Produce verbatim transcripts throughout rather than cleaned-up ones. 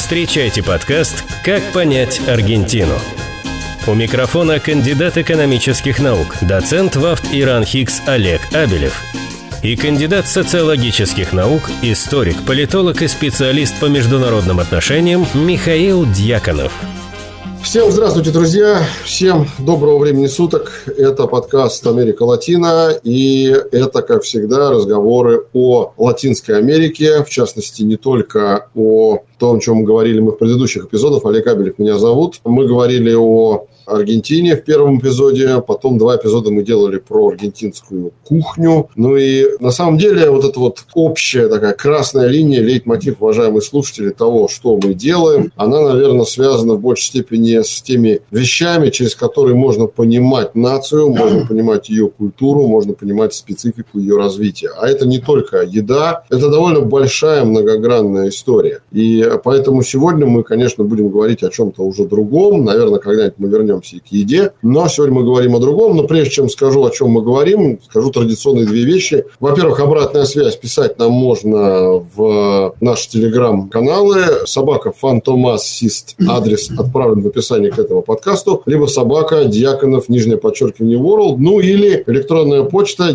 Встречайте подкаст «Как понять Аргентину». У микрофона кандидат экономических наук, доцент ВАФТ ИРАН-ХИКС Олег Абелев и кандидат социологических наук, историк, политолог и специалист по международным отношениям Михаил Дьяконов. Всем здравствуйте, друзья! Всем доброго времени суток. Это подкаст «Америка Латина», и это, как всегда, разговоры о Латинской Америке, в частности, не только о том, о чем мы говорили мы в предыдущих эпизодах. Олег Абелев меня зовут. Мы говорили о Аргентине в первом эпизоде, потом два эпизода мы делали про аргентинскую кухню. Ну и на самом деле вот эта вот общая такая красная линия, лейтмотив, уважаемые слушатели, того, что мы делаем, она, наверное, связана в большей степени с теми вещами, через которые можно понимать нацию, можно понимать ее культуру, можно понимать специфику ее развития. А это не только еда, это довольно большая многогранная история. И поэтому сегодня мы, конечно, будем говорить о чем-то уже другом. Наверное, когда-нибудь мы вернемся и к еде. Но сегодня мы говорим о другом. Но прежде чем скажу, о чем мы говорим, скажу традиционные две вещи. Во-первых, обратная связь. Писать нам можно в наши телеграм-каналы. Собака Фантомасист. Адрес отправлен в описании к этому подкасту. Либо собака Дьяконов, нижнее подчеркивание, World. Ну или электронная почта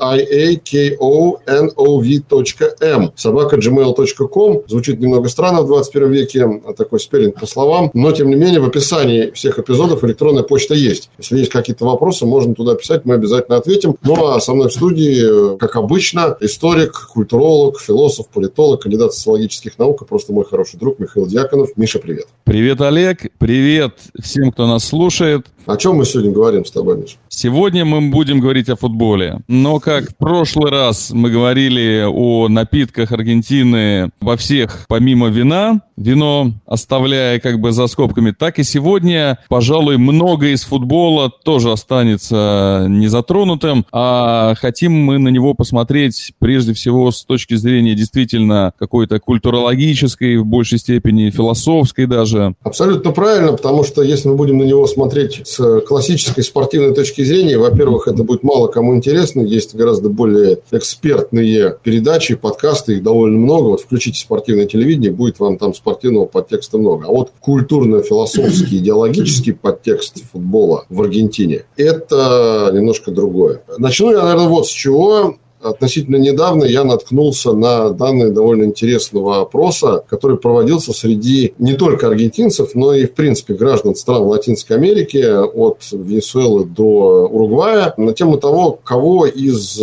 diakonov точка эм. собака джимейл точка ком. Звучит немного странно в двадцать первом веке. Такой спеллинг по словам. Но, тем не менее, в описании всех эпизодов электронная почта есть. Если есть какие-то вопросы, можно туда писать, мы обязательно ответим. Ну, а со мной в студии, как обычно, историк, культуролог, философ, политолог, кандидат социологических наук и просто мой хороший друг Михаил Дьяконов. Миша, привет. Привет, Олег. Привет всем, кто нас слушает. О чем мы сегодня говорим с тобой, Миша? Сегодня мы будем говорить о футболе. Но как в прошлый раз мы говорили о напитках Аргентины, во всех помимо вина, вино оставляя как бы за скобками, так и сегодня, пожалуй, многое из футбола тоже останется незатронутым, а хотим мы на него посмотреть прежде всего с точки зрения действительно какой-то культурологической, в большей степени философской даже. Абсолютно правильно, потому что если мы будем на него смотреть с классической спортивной точки зрения, во-первых, это будет мало кому интересно, есть гораздо более экспертные передачи, подкасты, их довольно много, вот включите спортивное телевидение, будет вам там спортивного подтекста много. А вот культурно-философский, идеологический подтекст футбола в Аргентине – это немножко другое. Начну я, наверное, вот с чего. Относительно недавно я наткнулся на данные довольно интересного опроса, который проводился среди не только аргентинцев, но и, в принципе, граждан стран Латинской Америки, от Венесуэлы до Уругвая, на тему того, кого из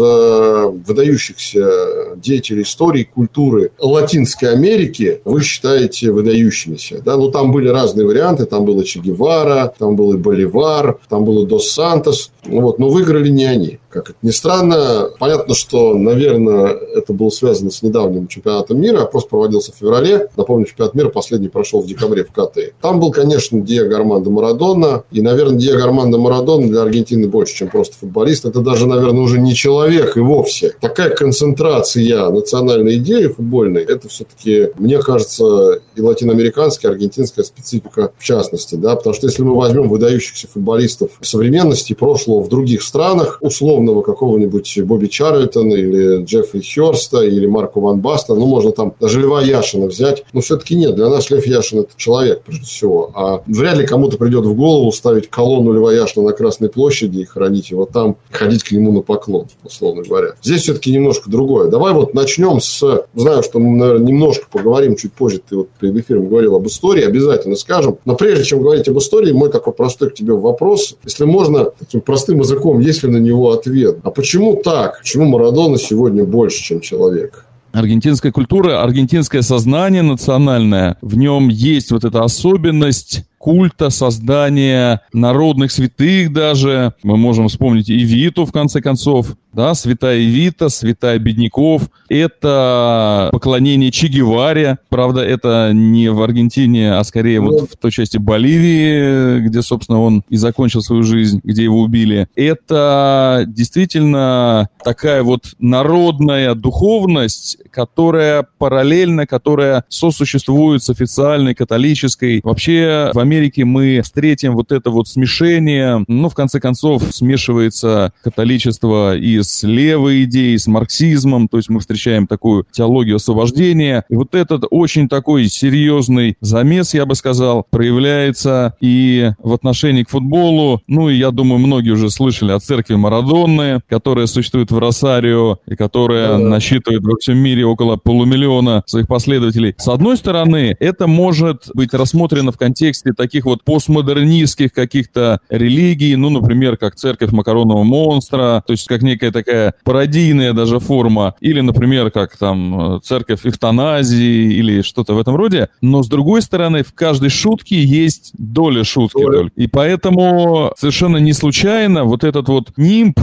выдающихся деятелей истории и культуры Латинской Америки вы считаете выдающимися. Да? Ну, там были разные варианты, там был и Че Гевара, там был и Боливар, там был и Дос Сантос, вот, но выиграли не они. Как это ни странно, понятно, что, наверное, это было связано с недавним чемпионатом мира. Опрос проводился в феврале. Напомню, чемпионат мира последний прошел в декабре в Катаре. Там был, конечно, Диего Армандо Марадона. И, наверное, Диего Армандо Марадона для Аргентины больше, чем просто футболист. Это даже, наверное, уже не человек и вовсе. Такая концентрация национальной идеи футбольной, это все-таки, мне кажется, и латиноамериканская, и аргентинская специфика в частности. Да? Потому что если мы возьмем выдающихся футболистов современности, прошлого в других странах, условно, какого-нибудь Бобби Чарльтона или Джеффри Хёрста или Марко Ван Бастена, ну, можно там даже Льва Яшина взять, но все-таки нет, для нас Лев Яшин – это человек, прежде всего, а вряд ли кому-то придет в голову ставить колонну Льва Яшина на Красной площади и хранить его там, ходить к нему на поклон, условно говоря. Здесь все-таки немножко другое. Давай вот начнем с, знаю, что мы, наверное, немножко поговорим чуть позже, ты вот перед эфиром говорил об истории, обязательно скажем, но прежде чем говорить об истории, мой такой простой к тебе вопрос, если можно, таким простым языком, есть ли на него ответ? А почему так? Почему Марадона сегодня больше, чем человек? Аргентинская культура, аргентинское сознание национальное, в нем есть вот эта особенность культа, создания народных святых даже. Мы можем вспомнить Эвиту, в конце концов. Да, святая Эвита, святая Бедняков. Это поклонение Че Геваре. Правда, это не в Аргентине, а скорее вот в той части Боливии, где, собственно, он и закончил свою жизнь, где его убили. Это действительно такая вот народная духовность, которая параллельно, которая сосуществует с официальной католической. Вообще в Америке Америке мы встретим вот это вот смешение. Ну, в конце концов, смешивается католичество и с левой идеей, с марксизмом. То есть мы встречаем такую теологию освобождения. И вот этот очень такой серьезный замес, я бы сказал, проявляется и в отношении к футболу. Ну, и я думаю, многие уже слышали о церкви Марадонны, которая существует в Росарио и которая да. насчитывает во всем мире около полумиллиона своих последователей. С одной стороны, это может быть рассмотрено в контексте таких вот постмодернистских каких-то религий, ну, например, как церковь макаронного монстра, то есть как некая такая пародийная даже форма, или, например, как там церковь эвтаназии или что-то в этом роде. Но, с другой стороны, в каждой шутке есть доля шутки. Доля. И поэтому совершенно не случайно вот этот вот нимб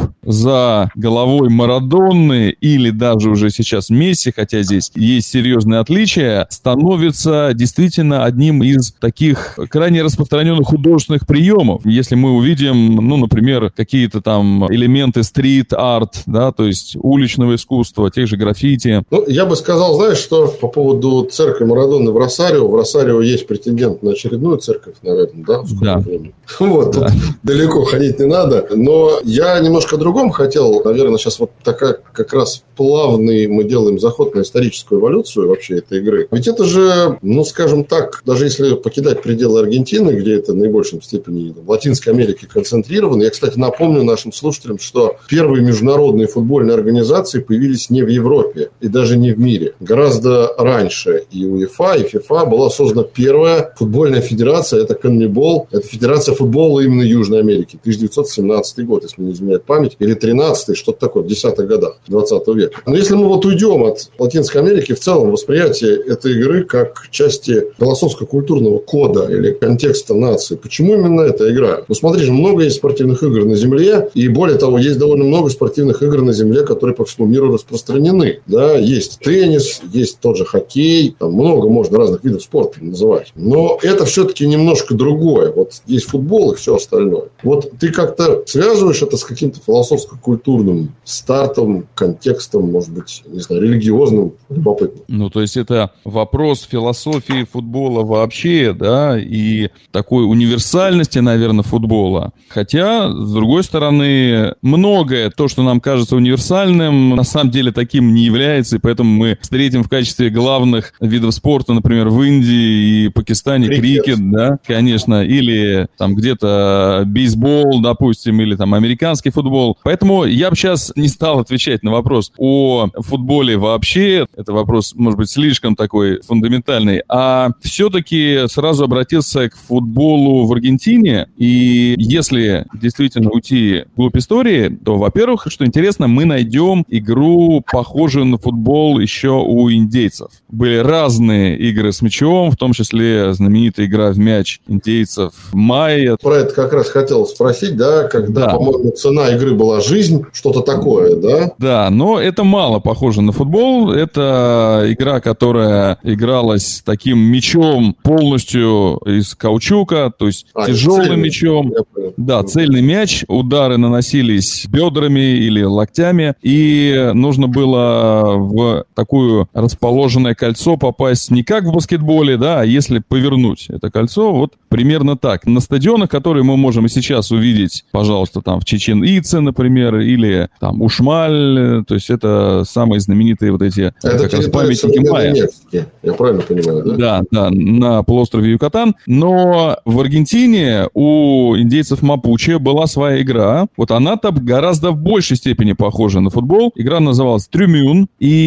за головой Марадонны или даже уже сейчас Месси, хотя здесь есть серьезные отличия, становится действительно одним из таких крайне распространенных художественных приемов. Если мы увидим, ну, например, какие-то там элементы стрит-арт, да, то есть уличного искусства, тех же граффити. Ну, я бы сказал, знаешь, что по поводу церкви Марадонны в Росарио, в Росарио есть претендент на очередную церковь, наверное, да? Да. Вот, да. Тут далеко ходить не надо. Но я немножко о другом хотел. Наверное, сейчас вот такая как раз плавный мы делаем заход на историческую эволюцию вообще этой игры. Ведь это же, ну, скажем так, даже если покидать пределы Аргентины, где это в наибольшей степени в Латинской Америке концентрировано. Я, кстати, напомню нашим слушателям, что первые международные футбольные организации появились не в Европе и даже не в мире. Гораздо раньше и УЕФА, и ФИФА была создана первая футбольная федерация, это Конмебол, это Федерация футбола именно Южной Америки. тысяча девятьсот семнадцатый год, если не изменяет память, или тринадцатый, что-то такое, в десятых годах двадцатого века. Но если мы вот уйдем от Латинской Америки, в целом восприятие этой игры как части философско-культурного кода или контекста нации. Почему именно эта игра? Ну, смотри же, много есть спортивных игр на Земле, и более того, есть довольно много спортивных игр на Земле, которые по всему миру распространены. Да, есть теннис, есть тот же хоккей, там много можно разных видов спорта называть. Но это все-таки немножко другое. Вот есть футбол и все остальное. Вот ты как-то связываешь это с каким-то философско-культурным стартом, контекстом, может быть, не знаю, религиозным, любопытным. Ну, то есть это вопрос философии футбола вообще, да, и такой универсальности, наверное, футбола. Хотя, с другой стороны, многое, то, что нам кажется универсальным, на самом деле таким не является, и поэтому мы встретим в качестве главных видов спорта, например, в Индии и Пакистане крикет, крикет да, конечно, или там где-то бейсбол, допустим, или там американский футбол. Поэтому я бы сейчас не стал отвечать на вопрос о футболе вообще, это вопрос, может быть, слишком такой фундаментальный, а все-таки сразу обратился к футболу в Аргентине, и если действительно уйти вглубь истории, то, во-первых, что интересно, мы найдем игру, похожую на футбол еще у индейцев. Были разные игры с мячом, в том числе знаменитая игра в мяч индейцев майя. Про это как раз хотел спросить, да, когда, да. по-моему, цена игры была жизнь, что-то такое, да? Да, но это мало похоже на футбол. Это игра, которая игралась таким мячом полностью из каучука, то есть а, тяжелым цельный. мячом. Да, цельный мяч, удары наносились бедрами или локтями, и нужно было в такое расположенное кольцо попасть не как в баскетболе, да, а если повернуть это кольцо, вот примерно так. На стадионах, которые мы можем и сейчас увидеть, пожалуйста, там в Чичен-Ице, например, или там Ушмаль, то есть это самые знаменитые вот эти это как раз памятники майя. Я правильно понимаю, да? Да, да, на полуострове Юкатан. Но в Аргентине у индейцев Мапуче была своя игра. Вот она-то гораздо в большей степени похожа на футбол. Игра называлась Трюмюн,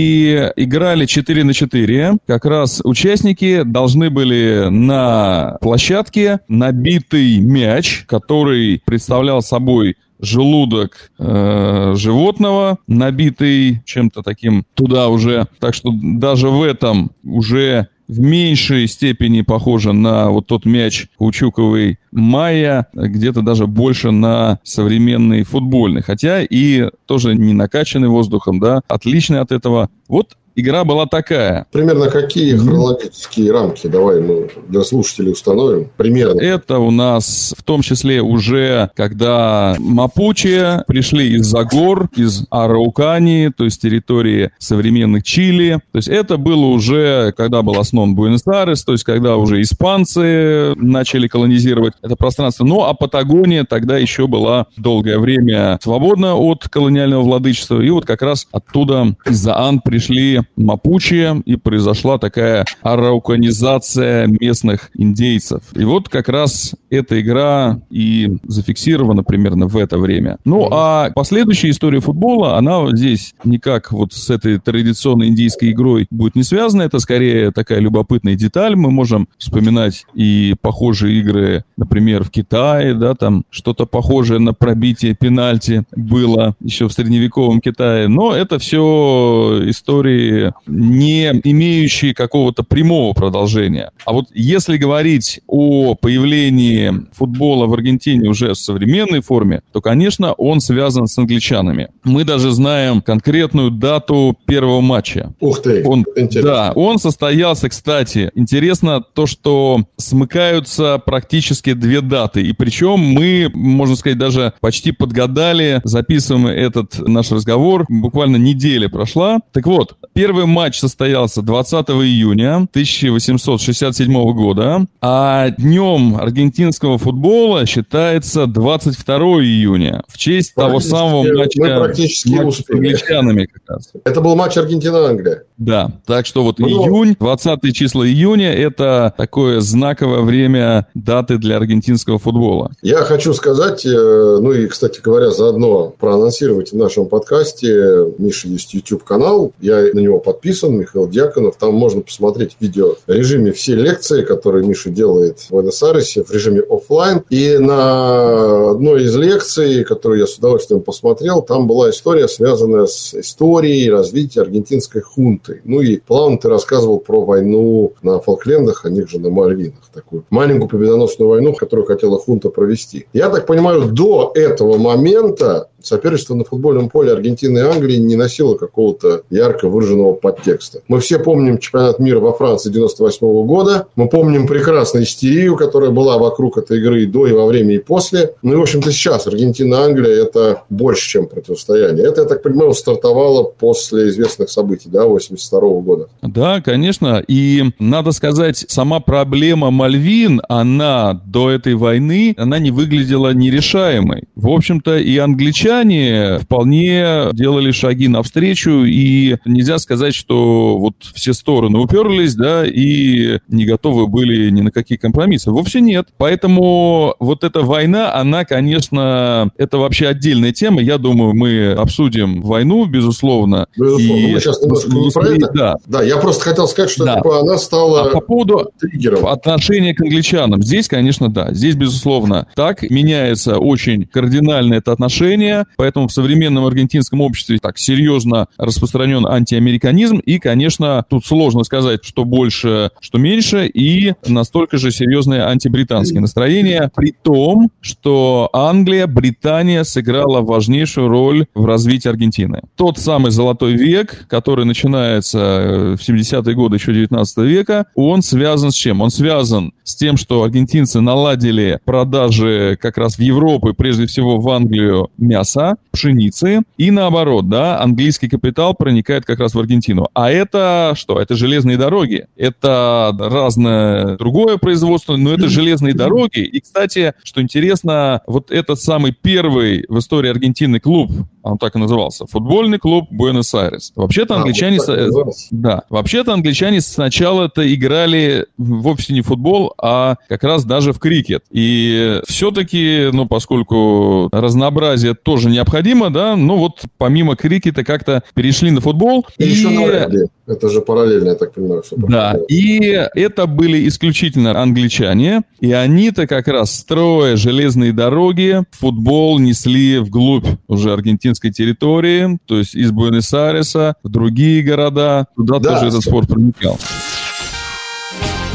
и играли четыре на четыре. Как раз участники должны были на площадке набитый мяч, который представлял собой желудок э, животного, набитый чем-то таким туда уже. Так что даже в этом уже в меньшей степени похоже на вот тот мяч каучуковый майя, где-то даже больше на современный футбольный. Хотя и тоже не накачанный воздухом, да, отличный от этого. Вот игра была такая. Примерно какие хронологические рамки? Давай мы для слушателей установим. Примерно. Это у нас в том числе уже, когда мапуче пришли из-за гор, из Араукании, то есть территории современных Чили. То есть это было уже, когда был основан Буэнос-Айрес, то есть когда уже испанцы начали колонизировать это пространство. Ну, а Патагония тогда еще была долгое время свободна от колониального владычества. И вот как раз оттуда из-за Анд пришли мапуче, и произошла такая арауканизация местных индейцев. И вот как раз эта игра и зафиксирована примерно в это время. Ну, а последующая история футбола, она здесь никак вот с этой традиционной индийской игрой будет не связана. Это скорее такая любопытная деталь. Мы можем вспоминать и похожие игры, например, в Китае, да, там что-то похожее на пробитие пенальти было еще в средневековом Китае. Но это все истории, не имеющие какого-то прямого продолжения. А вот если говорить о появлении футбола в Аргентине уже в современной форме, то, конечно, он связан с англичанами. Мы даже знаем конкретную дату первого матча. Ух ты, он, интересно. Да, он состоялся, кстати. Интересно то, что смыкаются практически две даты. И причем мы, можно сказать, даже почти подгадали, записываем этот наш разговор. Буквально неделя прошла. Так вот, первый матч состоялся двадцатого июня тысяча восемьсот шестьдесят седьмого года, а днем аргентинского футбола считается двадцать второго июня, в честь того самого матча, матча с англичанами как раз. Это был матч Аргентина-Англия. Да, так что вот ну, июнь, двадцатое число июня, это такое знаковое время, даты для аргентинского футбола. Я хочу сказать, ну и, кстати говоря, заодно проанонсировать в нашем подкасте, Миша есть YouTube-канал, я на него подписан, Михаил Дьяконов, там можно посмотреть видео в режиме все лекции, которые Миша делает в Буэнос-Айресе, в режиме офлайн. И на одной из лекций, которую я с удовольствием посмотрел, там была история, связанная с историей развития аргентинской хунты. Ну и плавно ты рассказывал про войну на Фолклендах, а них же на Мальвинах. Такую маленькую победоносную войну, которую хотела хунта провести. Я так понимаю, до этого момента соперничество на футбольном поле Аргентины и Англии не носило какого-то ярко выраженного подтекста. Мы все помним чемпионат мира во Франции девяносто восьмого года. Мы помним прекрасную истерию, которая была вокруг этой игры и до, и во время, и после. Ну и, в общем-то, сейчас Аргентина и Англия – это больше, чем противостояние. Это, я так понимаю, стартовало после известных событий, да, восемьдесят второго года. Да, конечно. И, надо сказать, сама проблема Мальвин, она до этой войны, она не выглядела нерешаемой. В общем-то, и англичане вполне делали шаги навстречу, и нельзя сказать, что вот все стороны уперлись, да, и не готовы были ни на какие компромиссы. Вовсе нет. Поэтому вот эта война, она, конечно, это вообще отдельная тема. Я думаю, мы обсудим войну, безусловно. Безусловно. И... Мы сейчас немножко не про это. Да. да, я просто хотел сказать, что да. типа, она стала а по поводу триггером. Отношения к англичанам. Здесь, конечно, да. Здесь, безусловно, так меняется очень кардинально это отношение. Поэтому в современном аргентинском обществе так серьезно распространен антиамериканизм. И, конечно, тут сложно сказать, что больше, что меньше. И настолько же серьезное антибританское настроение. При том, что Англия, Британия сыграла важнейшую роль в развитии Аргентины. Тот самый золотой век, который начинается в семидесятые годы еще девятнадцатого века, он связан с чем? Он связан с тем, что аргентинцы наладили продажи как раз в Европу, и прежде всего в Англию, мяса, пшеницы, и наоборот, да, английский капитал проникает как раз в Аргентину. А это что? Это железные дороги. Это разное другое производство, но это железные дороги. И, кстати, что интересно, вот этот самый первый в истории Аргентины клуб, он так и назывался, футбольный клуб Буэнос-Айрес. Вообще-то англичане... А, вот да, вообще-то англичане сначала-то играли вовсе не в футбол, а как раз даже в крикет. И все-таки, ну, поскольку разнообразие тоже необходимо, да, ну вот помимо крикета как-то перешли на футбол. И, и... еще на регби. Это же параллельно, я так понимаю. Все да, и это были исключительно англичане, и они-то как раз, строя железные дороги, футбол несли вглубь уже аргентинской территории, то есть из Буэнос-Айреса в другие города, туда да, тоже этот спорт проникал.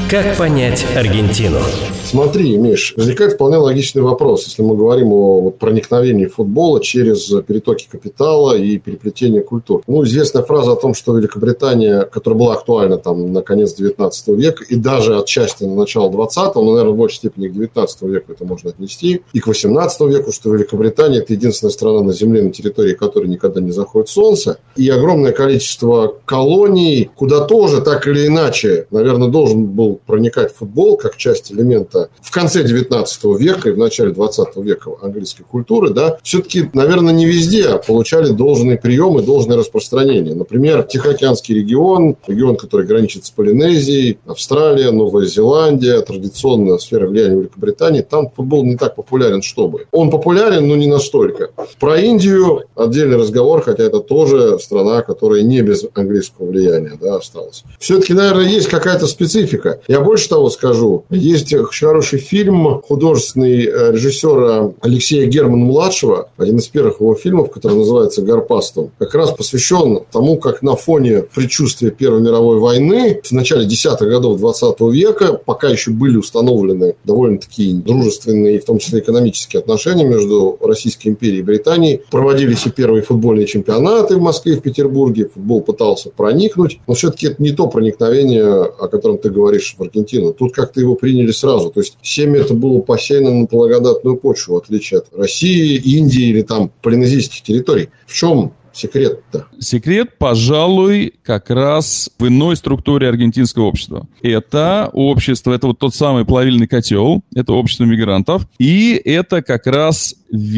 Как понять Аргентину? Смотри, Миш, возникает вполне логичный вопрос, если мы говорим о проникновении футбола через перетоки капитала и переплетение культур. Ну, известная фраза о том, что Великобритания, которая была актуальна там на конец девятнадцатого века и даже отчасти на начало двадцатого, но, наверное, в большей степени к девятнадцатому веку это можно отнести, и к восемнадцатому веку, что Великобритания – это единственная страна на Земле, на территории которой никогда не заходит солнце, и огромное количество колоний, куда тоже так или иначе, наверное, должен был проникать футбол как часть элемента в конце девятнадцатого века и в начале двадцатого века английской культуры, да, все-таки, наверное, не везде получали должный прием и должное распространение. Например, Тихоокеанский регион, регион, который граничит с Полинезией, Австралия, Новая Зеландия, традиционная сфера влияния Великобритании, там футбол не так популярен, чтобы. Он популярен, но не настолько. Про Индию отдельный разговор, хотя это тоже страна, которая не без английского влияния, да, осталась. Все-таки, наверное, есть какая-то специфика. Я больше того скажу. Есть хороший фильм художественный режиссера Алексея Германа-младшего, один из первых его фильмов, который называется «Гарпастум», как раз посвящен тому, как на фоне предчувствия Первой мировой войны в начале десятых годов двадцатого века, пока еще были установлены довольно-таки дружественные, в том числе экономические отношения между Российской империей и Британией, проводились и первые футбольные чемпионаты в Москве и в Петербурге, футбол пытался проникнуть, но все-таки это не то проникновение, о котором ты говоришь, в Аргентину. Тут как-то его приняли сразу. То есть семя это было посеяно на благодатную почву, в отличие от России, Индии или там полинезийских территорий. В чем секрет-то? Секрет, пожалуй, как раз в иной структуре аргентинского общества. Это общество, это вот тот самый плавильный котел, это общество мигрантов, и это как раз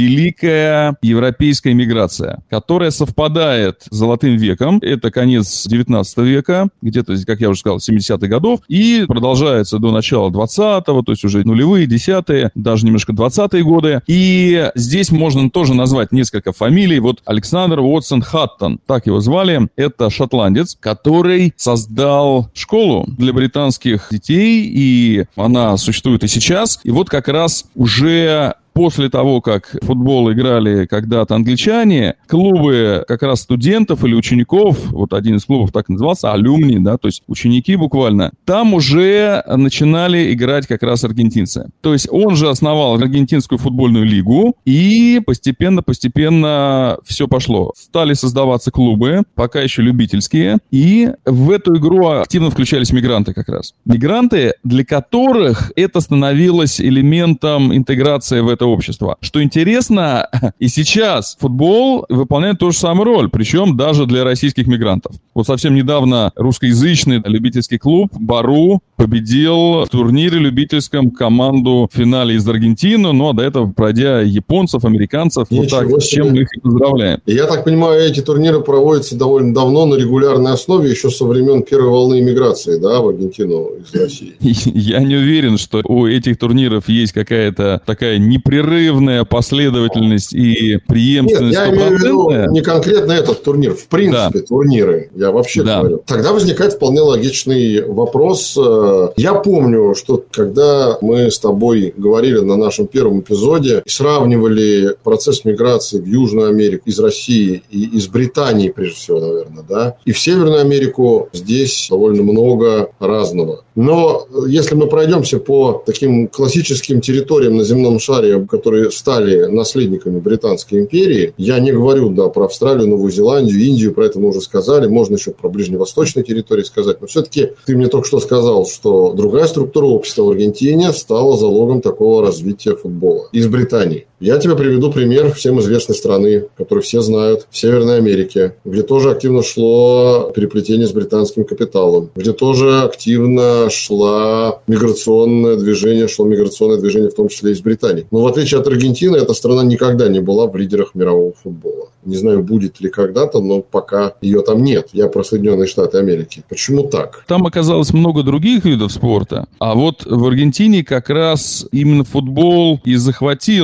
великая европейская миграция, которая совпадает с Золотым веком. Это конец девятнадцатого века, где-то, как я уже сказал, семидесятых годов, и продолжается до начала двадцатого, то есть уже нулевые, десятые, даже немножко двадцатые годы. И здесь можно тоже назвать несколько фамилий. Вот Александр Уотсон Хаттон, так его звали, это шотландец, который создал школу для британских детей, и она существует и сейчас. И вот как раз уже после того, как в футбол играли когда-то англичане, клубы как раз студентов или учеников, вот один из клубов так и назывался, алюмни, да, то есть ученики буквально, там уже начинали играть как раз аргентинцы. То есть он же основал аргентинскую футбольную лигу, и постепенно-постепенно все пошло. Стали создаваться клубы, пока еще любительские, и в эту игру активно включались мигранты как раз. Мигранты, для которых это становилось элементом интеграции в это общество. Что интересно, и сейчас футбол выполняет ту же самую роль, причем даже для российских мигрантов. Вот совсем недавно русскоязычный любительский клуб «Бару» победил в турнире любительском команду в финале из Аргентины, но до этого пройдя японцев, американцев, вот так, с чем мы их и поздравляем. Я так понимаю, эти турниры проводятся довольно давно на регулярной основе, еще со времен первой волны иммиграции, да, в Аргентину из России. Я не уверен, что у этих турниров есть какая-то такая непрерывная последовательность и преемственность. Нет, я имею в виду не конкретно этот турнир, в принципе, да. турниры, я вообще да. говорю. Тогда возникает вполне логичный вопрос. Я помню, что когда мы с тобой говорили на нашем первом эпизоде, сравнивали процесс миграции в Южную Америку из России и из Британии, прежде всего, наверное, да, и в Северную Америку, здесь довольно много разного. Но если мы пройдемся по таким классическим территориям на земном шаре, которые стали наследниками Британской империи, я не говорю, да, про Австралию, Новую Зеландию, Индию, про это мы уже сказали, можно еще про ближневосточные территории сказать, но все-таки ты мне только что сказал, что другая структура общества в Аргентине стала залогом такого развития футбола из Британии. Я тебе приведу пример всем известной страны, которую все знают, в Северной Америке, где тоже активно шло переплетение с британским капиталом, где тоже активно шла миграционное движение, шло миграционное движение, в том числе из Британии. Но в отличие от Аргентины, эта страна никогда не была в лидерах мирового футбола. Не знаю, будет ли когда-то, но пока ее там нет. Я про Соединенные Штаты Америки. Почему так? Там оказалось много других видов спорта, а вот в Аргентине как раз именно футбол и захватил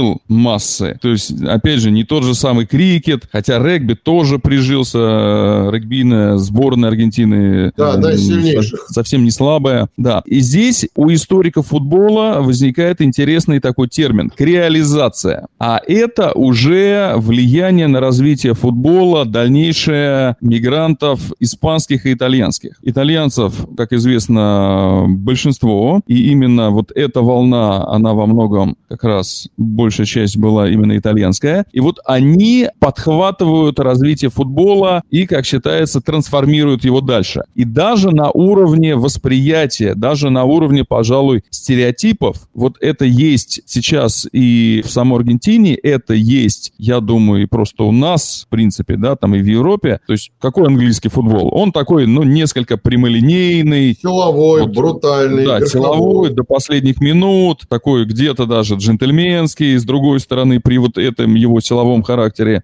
массы. То есть, опять же, не тот же самый крикет, хотя регби тоже прижился, регбийная сборная Аргентины да, одна из сильнейших. Совсем не слабая. Да. И здесь у историков футбола возникает интересный такой термин – креолизация. А это уже влияние на развитие футбола, дальнейшее мигрантов испанских и итальянских. Итальянцев, как известно, большинство, и именно вот эта волна, она во многом как раз большая часть была именно итальянская. И вот они подхватывают развитие футбола и, как считается, трансформируют его дальше. И даже на уровне восприятия, даже на уровне, пожалуй, стереотипов, вот это есть сейчас и в самой Аргентине, это есть, я думаю, и просто у нас, в принципе, да, там и в Европе. То есть какой английский футбол? Он такой, ну, несколько прямолинейный. Силовой, вот, брутальный. Да, верховой. Силовой, до последних минут, такой где-то даже джентльменский, с другой стороны, при вот этом его силовом характере.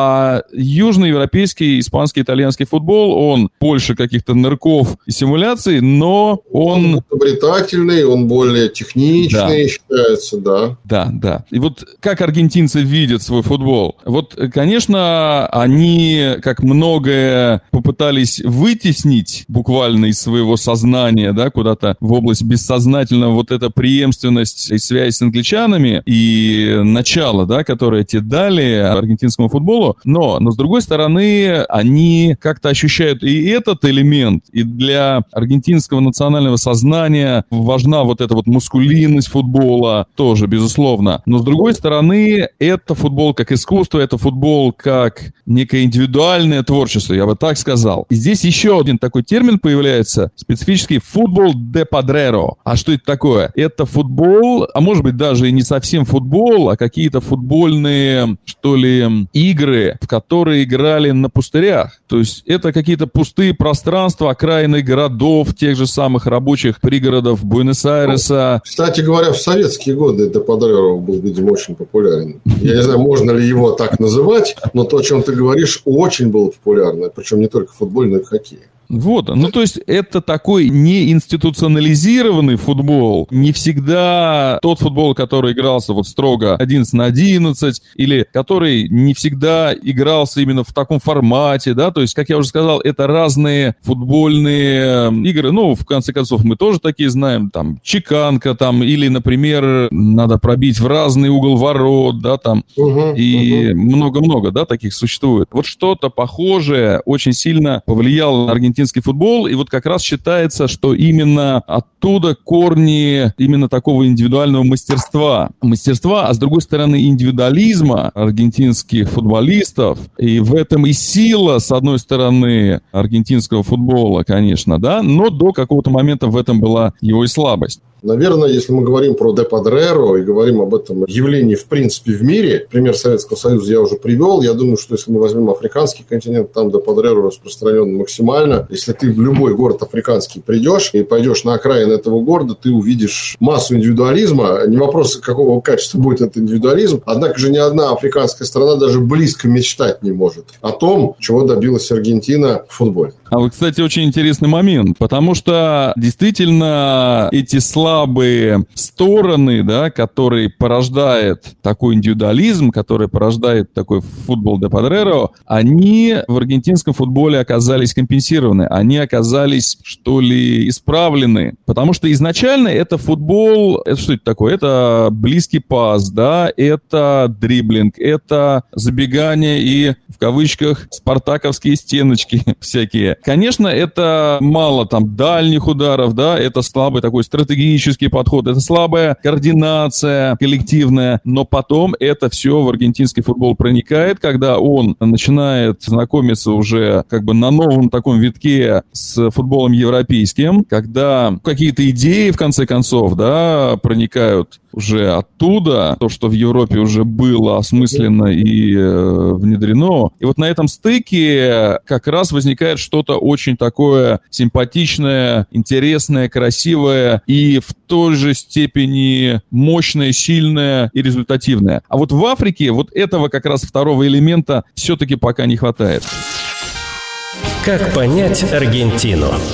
А южноевропейский, испанский, итальянский футбол, он больше каких-то нырков и симуляций, но он... Он изобретательный, он более техничный, да. Считается, да. Да, да. И вот как аргентинцы видят свой футбол? Вот, конечно, они, как многое, попытались вытеснить буквально из своего сознания, да, куда-то в область бессознательного, вот эта преемственность и связь с англичанами и начало, да, которое те дали аргентинскому футболу. Но, но, с другой стороны, они как-то ощущают и этот элемент, и для аргентинского национального сознания важна вот эта вот мускулинность футбола, тоже, безусловно. Но, с другой стороны, это футбол как искусство, это футбол как некое индивидуальное творчество, я бы так сказал. И здесь еще один такой термин появляется, специфический футбол де падреро. А что это такое? Это футбол, а может быть даже и не совсем футбол, а какие-то футбольные, что ли, игры, в которые играли на пустырях. То есть это какие-то пустые пространства, окраины городов, тех же самых рабочих пригородов Буэнос-Айреса. Кстати говоря, в советские годы де падреро был, видимо, очень популярен. Я не знаю, можно ли его так называть, но то, о чем ты говоришь, очень было популярно. Причем не только в футболе, но и в хоккее. Вот, ну то есть это такой неинституционализированный футбол, не всегда тот футбол, который игрался вот строго одиннадцать на одиннадцать, или который не всегда игрался именно в таком формате, да, то есть, как я уже сказал, это разные футбольные игры, ну, в конце концов, мы тоже такие знаем, там, чеканка, там, или, например, надо пробить в разный угол ворот, да, там, угу, и много-много, угу. да, таких существует. Вот что-то похожее очень сильно повлияло на аргентинский футбол, и вот как раз считается, что именно оттуда корни именно такого индивидуального мастерства. Мастерства, а с другой стороны индивидуализма аргентинских футболистов, и в этом и сила, с одной стороны, аргентинского футбола, конечно, да, но до какого-то момента в этом была его и слабость. Наверное, если мы говорим про де падреро и говорим об этом явлении в принципе в мире, пример Советского Союза я уже привел, я думаю, что если мы возьмем африканский континент, там де падреро распространен максимально. Если ты в любой город африканский придешь и пойдешь на окраины этого города, ты увидишь массу индивидуализма. Не вопрос, какого качества будет этот индивидуализм, однако же ни одна африканская страна даже близко мечтать не может о том, чего добилась Аргентина в футболе. А вот, кстати, очень интересный момент, потому что действительно эти слабые стороны, да, которые порождает такой индивидуализм, который порождает такой футбол де падреро, они в аргентинском футболе оказались компенсированы, они оказались, что ли, исправлены, потому что изначально это футбол, это что это такое? Это близкий пас, да, это дриблинг, это забегание и, в кавычках, спартаковские стеночки всякие. Конечно, это мало там дальних ударов, да, это слабый такой стратегический подход, это слабая координация коллективная, но потом это все в аргентинский футбол проникает, когда он начинает знакомиться уже как бы на новом таком витке с футболом европейским, когда какие-то идеи, в конце концов, да, проникают уже оттуда, то, что в Европе уже было осмысленно и э, внедрено. И вот на этом стыке как раз возникает что-то очень такое симпатичное, интересное, красивое и в той же степени мощное, сильное и результативное. А вот в Африке вот этого как раз второго элемента все-таки пока не хватает. Как понять Аргентину?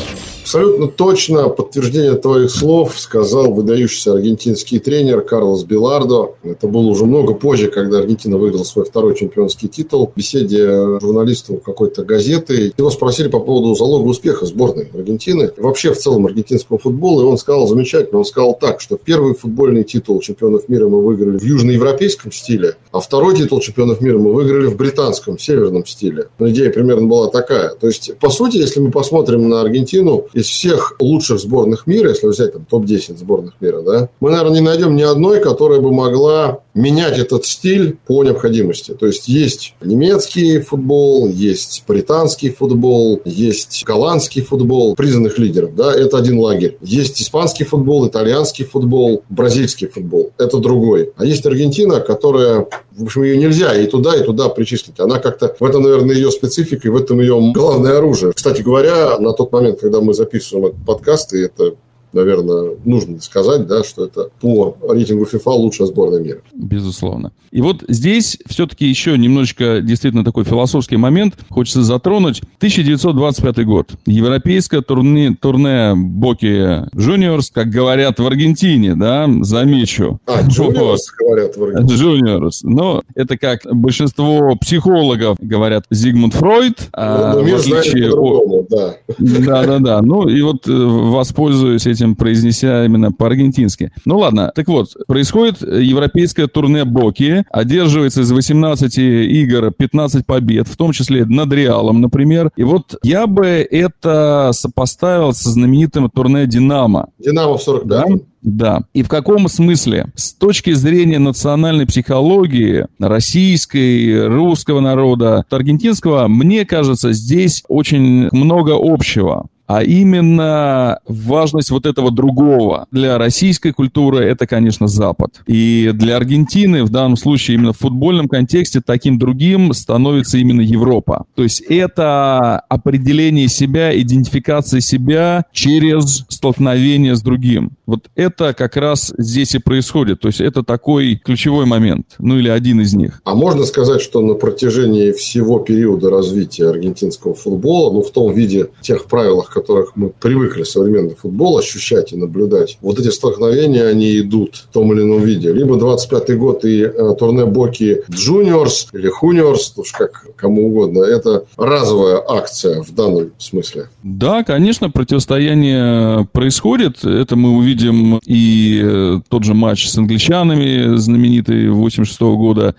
Абсолютно точно подтверждение твоих слов сказал выдающийся аргентинский тренер Карлос Билардо. Это было уже много позже, когда Аргентина выиграла свой второй чемпионский титул. В беседе журналисту какой-то газеты его спросили по поводу залога успеха сборной Аргентины. Вообще в целом аргентинского футбола. И он сказал замечательно. Он сказал так, что первый футбольный титул чемпионов мира мы выиграли в южноевропейском стиле, а второй титул чемпионов мира мы выиграли в британском, северном стиле. Но идея примерно была такая. То есть, по сути, если мы посмотрим на Аргентину, из всех лучших сборных мира, если взять там топ десять сборных мира, да, мы, наверное, не найдем ни одной, которая бы могла менять этот стиль по необходимости. То есть, есть немецкий футбол, есть британский футбол, есть голландский футбол, признанных лидеров, да, это один лагерь. Есть испанский футбол, итальянский футбол, бразильский футбол, это другой. А есть Аргентина, которая, в общем, ее нельзя и туда, и туда причислить. Она как-то, в этом, наверное, ее специфика, и в этом ее главное оружие. Кстати говоря, на тот момент, когда мы записываем этот подкаст, и это, наверное, нужно сказать, да, что это по рейтингу ФИФА лучшая сборная мира. Безусловно. И вот здесь все-таки еще немножечко действительно такой философский момент хочется затронуть. тысяча девятьсот двадцать пятый год. Европейское турне, турне Боки Juniors, как говорят в Аргентине, да, замечу. А, Juniors говорят в Аргентине. Juniors. Но это как большинство психологов говорят Зигмунд Фройд. Ну, но мир знает по-другому, да. Да-да-да. Ну и вот воспользуюсь этим, произнеся именно по-аргентински. Ну ладно, так вот, происходит европейское турне Боки, одерживается из восемнадцати игр пятнадцать побед, в том числе над Реалом, например. И вот я бы это сопоставил со знаменитым турне Динамо. Динамо в сорок пятом. Да? Да. И в каком смысле? С точки зрения национальной психологии российской, русского народа, аргентинского, мне кажется, здесь очень много общего. А именно важность вот этого другого. Для российской культуры это, конечно, Запад. И для Аргентины в данном случае именно в футбольном контексте таким другим становится именно Европа. То есть это определение себя, идентификация себя через столкновение с другим. Вот это как раз здесь и происходит. То есть это такой ключевой момент. Ну или один из них. А можно сказать, что на протяжении всего периода развития аргентинского футбола, ну в том виде, тех правилах, которых мы привыкли современный футбол ощущать и наблюдать, вот эти столкновения, они идут в том или ином виде. Либо двадцать пятый год и э, турне Боки Juniors или Juniors, уж как кому угодно, это разовая акция в данном смысле. Да, конечно, противостояние происходит. Это мы увидим и э, тот же матч с англичанами, знаменитый восемьдесят шестого года,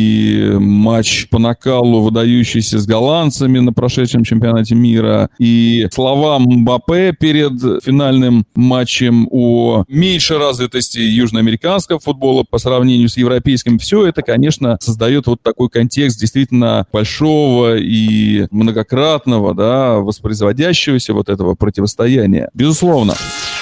и матч по накалу, выдающийся с голландцами на прошедшем чемпионате мира, и слова Мбаппе перед финальным матчем о меньшей развитости южноамериканского футбола по сравнению с европейским. Все это, конечно, создает вот такой контекст действительно большого и многократного, да, воспроизводящегося вот этого противостояния. Безусловно.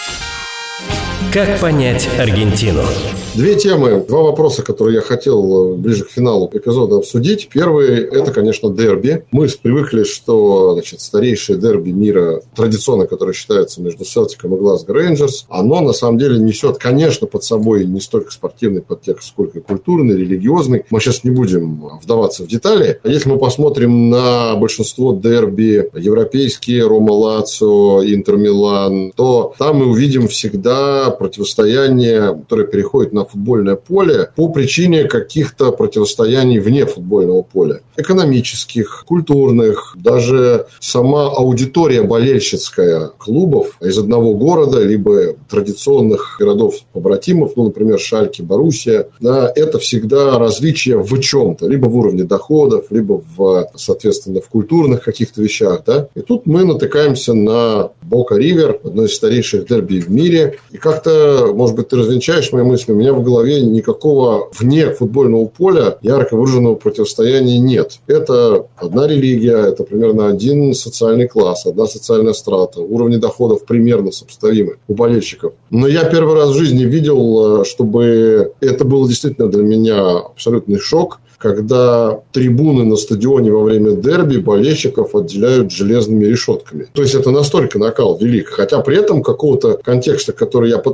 Как понять Аргентину? Две темы, два вопроса, которые я хотел ближе к финалу эпизода обсудить. Первый – это, конечно, дерби. Мы привыкли, что, значит, старейшее дерби мира, традиционно, которое считается между Селтиком и Глазго Рейнджерс, оно, на самом деле, несет, конечно, под собой не столько спортивный подтекст, сколько культурный, религиозный. Мы сейчас не будем вдаваться в детали. А если мы посмотрим на большинство дерби европейские, Рома-Лацио, Интер-Милан, то там мы увидим всегда противостояние, которое переходит на футбольное поле по причине каких-то противостояний вне футбольного поля. Экономических, культурных, даже сама аудитория болельщицкая клубов из одного города, либо традиционных городов-побратимов, ну, например, Шальке, Боруссия, да, это всегда различия в чем-то, либо в уровне доходов, либо, в, соответственно, в культурных каких-то вещах. Да. И тут мы натыкаемся на Бока Ривер, одно из старейших дерби в мире. И как-то, может быть, ты развенчаешь мои мысли, у меня в голове никакого вне футбольного поля ярко выраженного противостояния нет. Это одна религия, это примерно один социальный класс, одна социальная страта, уровни доходов примерно сопоставимы у болельщиков. Но я первый раз в жизни видел, чтобы это было действительно для меня абсолютный шок, когда трибуны на стадионе во время дерби болельщиков отделяют железными решетками. То есть это настолько накал велик. Хотя при этом какого-то контекста, который я пытался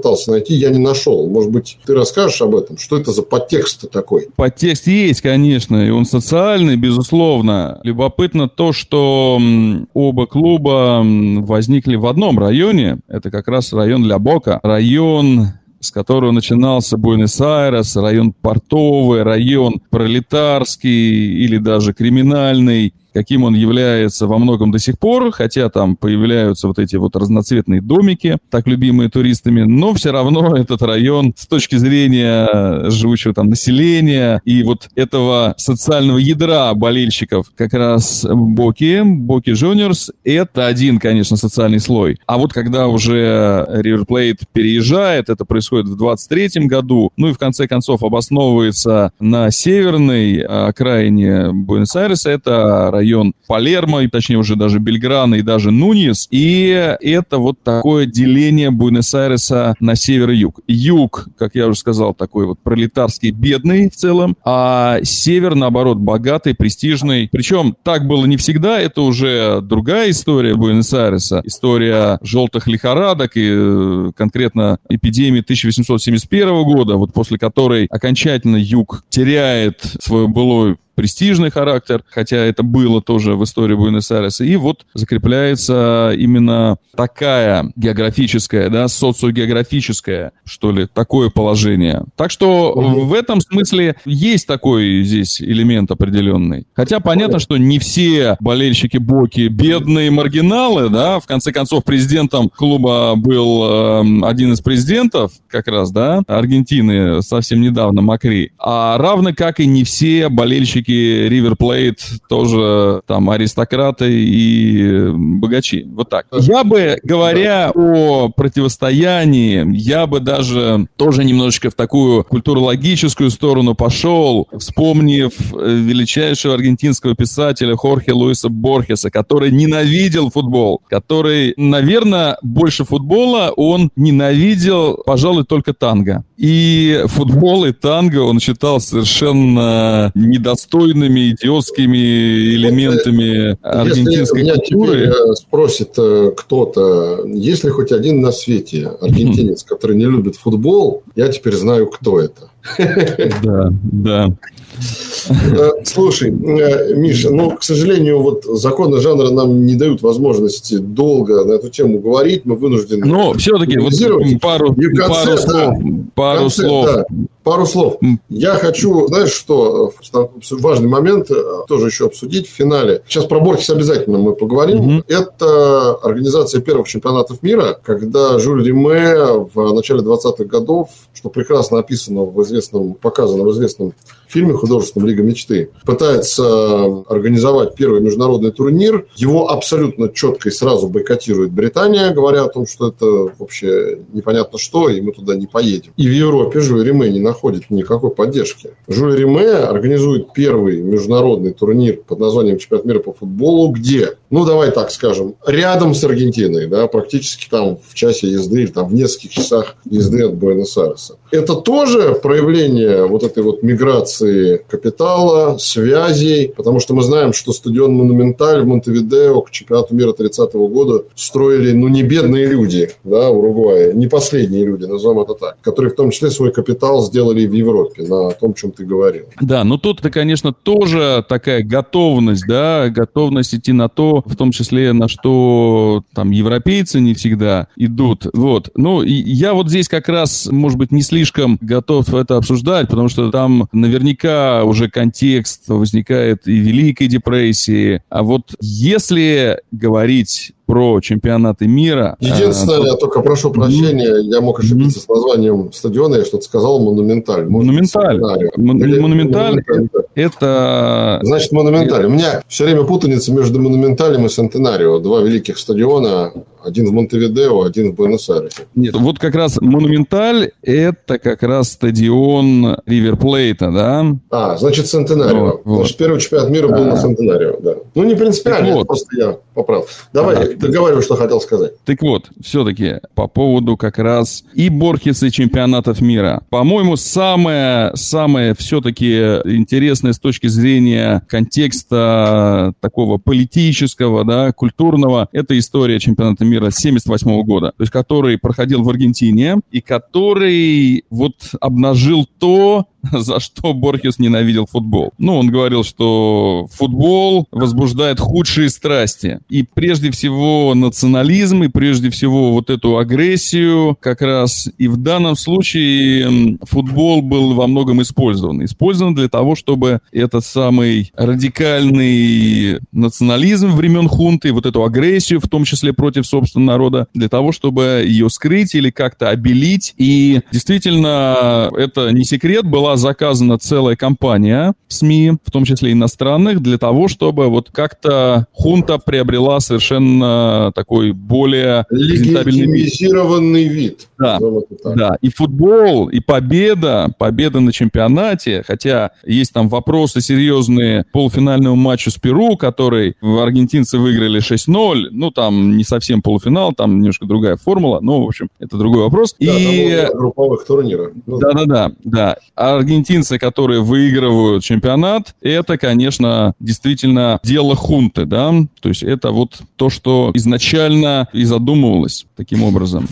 пытался найти, я не нашел. Может быть, ты расскажешь об этом? Что это за подтекст такой? Подтекст есть, конечно, и он социальный, безусловно. Любопытно то, что оба клуба возникли в одном районе. Это как раз район Ля-Бока. Район, с которого начинался Буэнос-Айрес, район портовый, район пролетарский или даже криминальный, каким он является во многом до сих пор, хотя там появляются вот эти вот разноцветные домики, так любимые туристами, но все равно этот район с точки зрения живущего там населения и вот этого социального ядра болельщиков как раз Боки, Боки Juniors, это один, конечно, социальный слой. А вот когда уже River Plate переезжает, это происходит в двадцать третьем году, ну и в конце концов обосновывается на северной окраине Буэнос-Айреса, это район район Палермо, и точнее уже даже Бельграна и даже Нуньес. И это вот такое деление Буэнос-Айреса на север и юг. Юг, как я уже сказал, такой вот пролетарский, бедный в целом, а север, наоборот, богатый, престижный. Причем так было не всегда, это уже другая история Буэнос-Айреса. История желтых лихорадок и конкретно эпидемии тысяча восемьсот семьдесят первого года, вот после которой окончательно юг теряет свой былой престижный характер, хотя это было тоже в истории Буэнос-Айреса. И вот закрепляется именно такая географическая, да, социогеографическое, что ли, такое положение. Так что в этом смысле есть такой здесь элемент определенный. Хотя понятно, что не все болельщики Боки бедные маргиналы, да, в конце концов президентом клуба был э, один из президентов, как раз, да, Аргентины совсем недавно, Макри. А равно как и не все болельщики River Plate тоже там аристократы и богачи. Вот так. Я бы, говоря о противостоянии, я бы даже тоже немножечко в такую культурологическую сторону пошел, вспомнив величайшего аргентинского писателя Хорхе Луиса Борхеса, который ненавидел футбол, который, наверное, больше футбола он ненавидел, пожалуй, только танго. И футбол, и танго он считал совершенно недостойными, идиотскими элементами аргентинской Если культуры. Меня теперь спросит кто-то, есть ли хоть один на свете аргентинец, который не любит футбол, я теперь знаю, кто это. Да, да. Слушай, Миша, ну, к сожалению, вот законы жанра нам не дают возможности долго на эту тему говорить, мы вынуждены... Но все-таки вот пару, конце, пару слов. Да, пару конце, слов. Да, пару слов. Я хочу, знаешь, что важный момент тоже еще обсудить в финале. Сейчас про Борхес обязательно мы поговорим. Угу. Это организация первых чемпионатов мира, когда Жюль Риме в начале двадцатых годов, что прекрасно описано в известном, показано в известном фильме художественном «Лига мечты», пытается организовать первый международный турнир. Его абсолютно четко и сразу бойкотирует Британия, говоря о том, что это вообще непонятно что, и мы туда не поедем. И в Европе Жюль Риме не находит никакой поддержки. Жюль Риме организует первый международный турнир под названием «Чемпионат мира по футболу», где, ну, давай так скажем, рядом с Аргентиной, да, практически там в часе езды или там в нескольких часах езды от Буэнос-Айреса. Это тоже проявление вот этой вот миграции капитала, связей, потому что мы знаем, что стадион Монументаль в Монтевидео к чемпионату мира тридцатого года строили, ну, не бедные люди, да, в Уругвае, не последние люди, назовем это так, которые в том числе свой капитал сделали и в Европе, на том, о чем ты говорил. Да, ну тут-то, конечно, тоже такая готовность, да, готовность идти на то, в том числе на что там европейцы не всегда идут, вот. Ну, и я вот здесь как раз, может быть, не слишком готов это обсуждать, потому что там наверняка уже контекст возникает и Великой депрессии. А вот если говорить про чемпионаты мира... Единственное, а, я только прошу прощения, mm-hmm. я мог ошибиться mm-hmm. с названием стадиона, я что-то сказал, Монументаль. Монументаль. Монументаль – это... Значит, Монументаль. У меня все время путаница между Монументалем и Сентенарио. Два великих стадиона, один в Монтевидео, один в Буэнос-Айресе. Нет, вот как раз Монументаль – это как раз стадион Ривер Плейта, да? А, значит, Сентенарио. Вот, вот. Значит, первый чемпионат мира был а... на Сентенарио, да. Ну, не принципиально, вот. Просто я... поправил. Давай, да, договаривай, что хотел сказать. Так вот, все-таки по поводу как раз и Борхеса, и чемпионатов мира. По-моему, самое, самое все-таки интересное с точки зрения контекста такого политического, да, культурного, это история чемпионата мира семьдесят восьмого года, то есть который проходил в Аргентине и который вот обнажил то, за что Борхес ненавидел футбол. Ну, он говорил, что футбол возбуждает худшие страсти. И прежде всего национализм, и прежде всего вот эту агрессию как раз. И в данном случае футбол был во многом использован. Использован для того, чтобы этот самый радикальный национализм времен хунты, вот эту агрессию, в том числе против собственного народа, для того, чтобы ее скрыть или как-то обелить. И действительно, это не секрет, была заказана целая кампания в СМИ, в том числе иностранных, для того, чтобы вот как-то хунта приобрела совершенно такой более легитимизированный вид. Да, да, и футбол, и победа, победа на чемпионате, хотя есть там вопросы серьезные по полуфинальному матчу с Перу, который аргентинцы выиграли шесть ноль, ну там не совсем полуфинал, там немножко другая формула, но в общем это другой вопрос. Да, и групповых турниров. Да-да-да, да. Аргентинцы, которые выигрывают чемпионат, это, конечно, действительно дело хунты, да, то есть это вот то, что изначально и задумывалось таким образом.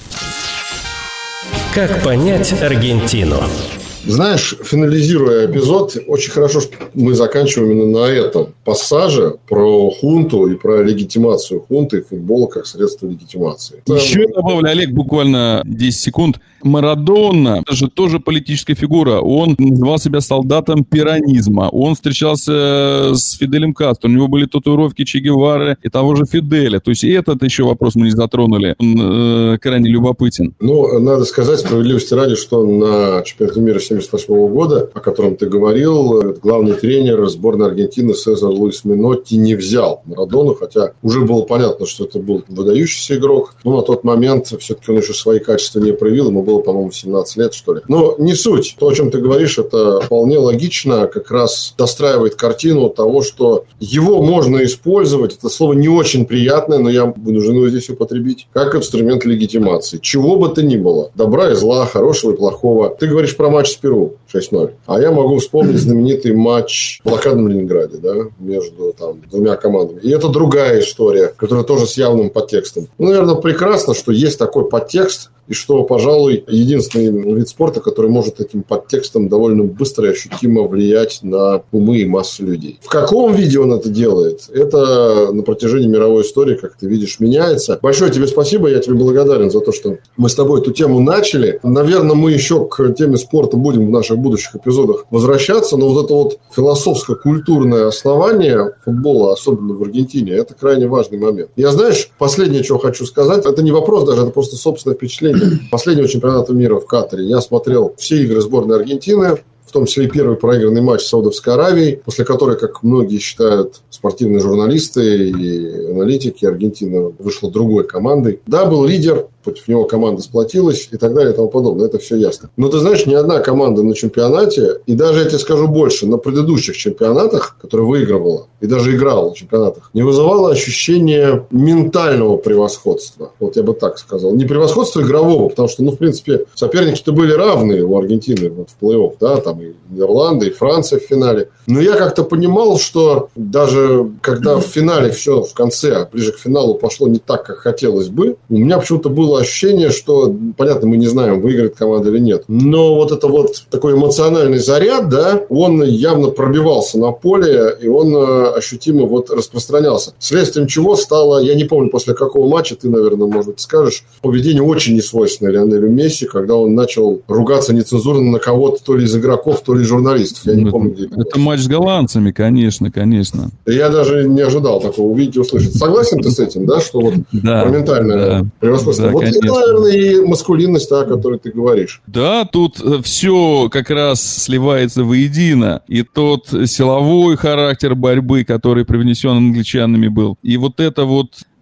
Как понять Аргентину? Знаешь, финализируя эпизод, очень хорошо, что мы заканчиваем именно на этом пассаже про хунту и про легитимацию хунты и футбола как средство легитимации. Еще добавлю, Олег, буквально десять секунд. Марадона, это же тоже политическая фигура. Он называл себя солдатом пиранизма. Он встречался с Фиделем Кастро. У него были татуировки Че Гевары и того же Фиделя. То есть и этот еще вопрос мы не затронули. Он э, крайне любопытен. Ну, надо сказать справедливости ради, что на чемпионате мира семьдесят восьмого года, о котором ты говорил, главный тренер сборной Аргентины Сезар Луис Минотти не взял Марадону, хотя уже было понятно, что это был выдающийся игрок. Но на тот момент все-таки он еще свои качества не проявил. Ему было, по-моему, семнадцать лет, что ли. Но не суть. То, о чем ты говоришь, это вполне логично, как раз достраивает картину того, что его можно использовать. Это слово не очень приятное, но я вынужден его здесь употребить, как инструмент легитимации. Чего бы то ни было. Добра и зла, хорошего и плохого. Ты говоришь про матч с Перу шесть ноль. А я могу вспомнить знаменитый матч в блокадном Ленинграде, да, между там двумя командами. И это другая история, которая тоже с явным подтекстом. Ну, наверное, прекрасно, что есть такой подтекст, и что, пожалуй, единственный вид спорта, который может этим подтекстом довольно быстро и ощутимо влиять на умы и массы людей. В каком виде он это делает? Это на протяжении мировой истории, как ты видишь, меняется. Большое тебе спасибо, я тебе благодарен за то, что мы с тобой эту тему начали. Наверное, мы еще к теме спорта будем в наших будущих эпизодах возвращаться, но вот это вот философско-культурное основание футбола, особенно в Аргентине, это крайне важный момент. Я, знаешь, последнее, что хочу сказать, это не вопрос даже, это просто собственное впечатление. Последнего чемпионата мира в Катаре я смотрел все игры сборной Аргентины, в том числе и первый проигранный матч с Саудовской Аравией, после которой, как многие считают спортивные журналисты и аналитики, Аргентина вышла другой командой. Да, был лидер, против него команда сплотилась и так далее и тому подобное. Это все ясно. Но ты знаешь, ни одна команда на чемпионате, и даже, я тебе скажу больше, на предыдущих чемпионатах, которые выигрывала и даже играла на чемпионатах, не вызывала ощущения ментального превосходства. Вот я бы так сказал. Не превосходства игрового, потому что, ну, в принципе, соперники-то были равные у Аргентины вот, в плей-офф, да, там и Нидерланды, и Франция в финале. Но я как-то понимал, что даже когда в финале все в конце, ближе к финалу пошло не так, как хотелось бы, у меня почему-то было ощущение, что, понятно, мы не знаем, выиграет команда или нет. Но вот это вот такой эмоциональный заряд, да, он явно пробивался на поле, и он ощутимо вот распространялся. Следствием чего стало, я не помню, после какого матча, ты, наверное, может быть, скажешь, поведение очень несвойственное Лионелю Месси, когда он начал ругаться нецензурно на кого-то, то ли из игроков, то ли из журналистов. Я не это, помню, где это. Это матч с голландцами, конечно, конечно. Я даже не ожидал такого увидеть и услышать. Согласен ты с этим, да, что вот да, про ментальное да, превосходство? да, вот конечно. это, наверное, и маскулинность, о которой ты говоришь. Да, тут все как раз сливается воедино. И тот силовой характер борьбы, который привнесен англичанами был, и вот это вот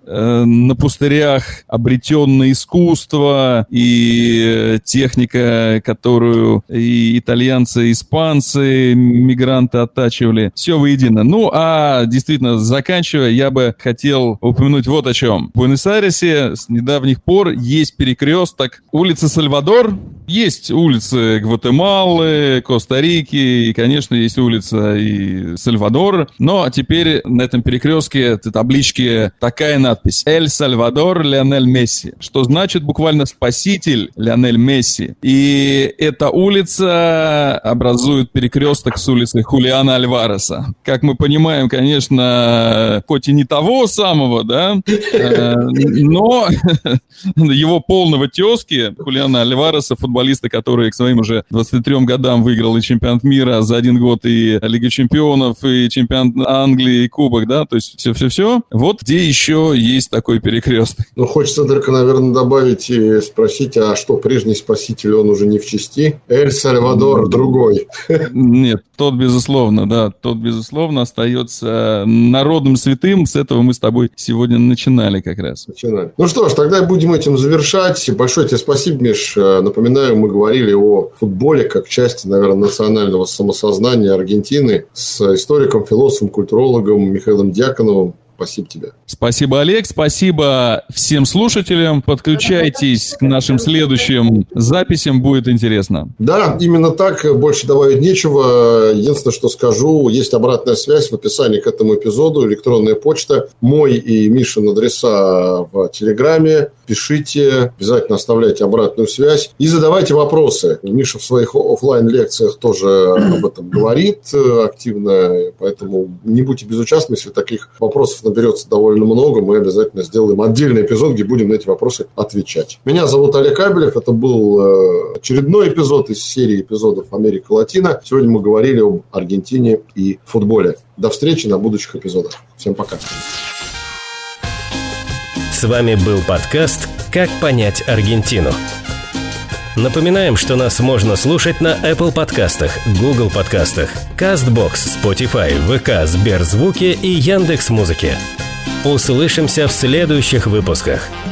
э, на пустырях обретенное искусство и техника, которую и итальянцы, и испанцы, мигранты оттачивали. Все воедино. Ну, а действительно, заканчивая, я бы хотел упомянуть вот о чем. В Буэнос-Айресе с недавних пор есть перекресток улицы Сальвадор, есть улицы Гватемалы, Коста-Рики, и, конечно, есть улица и Сальвадор, но теперь на этом перекрестке, этой табличке, такая надпись: «Эль Сальвадор Лионель Месси», что значит буквально «Спаситель Лионель Месси». И эта улица образует перекресток с улицей Хулиана Альвареса. Как мы понимаем, конечно, хоть и не того самого, да, но его полного тезки Хулиана Альвареса, футболиста, который к своим уже двадцати трём годам выиграл и чемпионат мира за один год, и Лигу чемпионов, и чемпионат Англии, и кубок, да, то есть все-все-все. Вот где еще есть такой перекресток. Ну, хочется только, наверное, добавить и спросить, а что, прежний спаситель, он уже не в чести? Эль Сальвадор другой. Нет, тот, безусловно, да, тот, безусловно, остается народным святым. С этого мы с тобой сегодня начинали как раз. Начинали. Ну что ж, тогда будем этим завершать. Большое тебе спасибо, Миш. Напоминаю, мы говорили о футболе как части, наверное, национального самосознания Аргентины с историком, философом, культурологом Михаилом Дьяконовым. Спасибо тебе. Спасибо, Олег. Спасибо всем слушателям. Подключайтесь к нашим следующим записям. Будет интересно. Да, именно так. Больше добавить нечего. Единственное, что скажу, есть обратная связь в описании к этому эпизоду. Электронная почта. Мой и Мишин адреса в Телеграме. Пишите. Обязательно оставляйте обратную связь. И задавайте вопросы. Миша в своих офлайн-лекциях тоже об этом говорит активно. Поэтому не будьте безучастны, если таких вопросов наберется довольно много, мы обязательно сделаем отдельный эпизод, где будем на эти вопросы отвечать. Меня зовут Олег Абелев. Это был очередной эпизод из серии эпизодов «Америка Латина». Сегодня мы говорили об Аргентине и футболе. До встречи на будущих эпизодах. Всем пока. С вами был подкаст «Как понять Аргентину». Напоминаем, что нас можно слушать на Apple подкастах, Google подкастах, CastBox, Spotify, вэ ка, Сберзвуки и Яндекс.Музыке. Услышимся в следующих выпусках.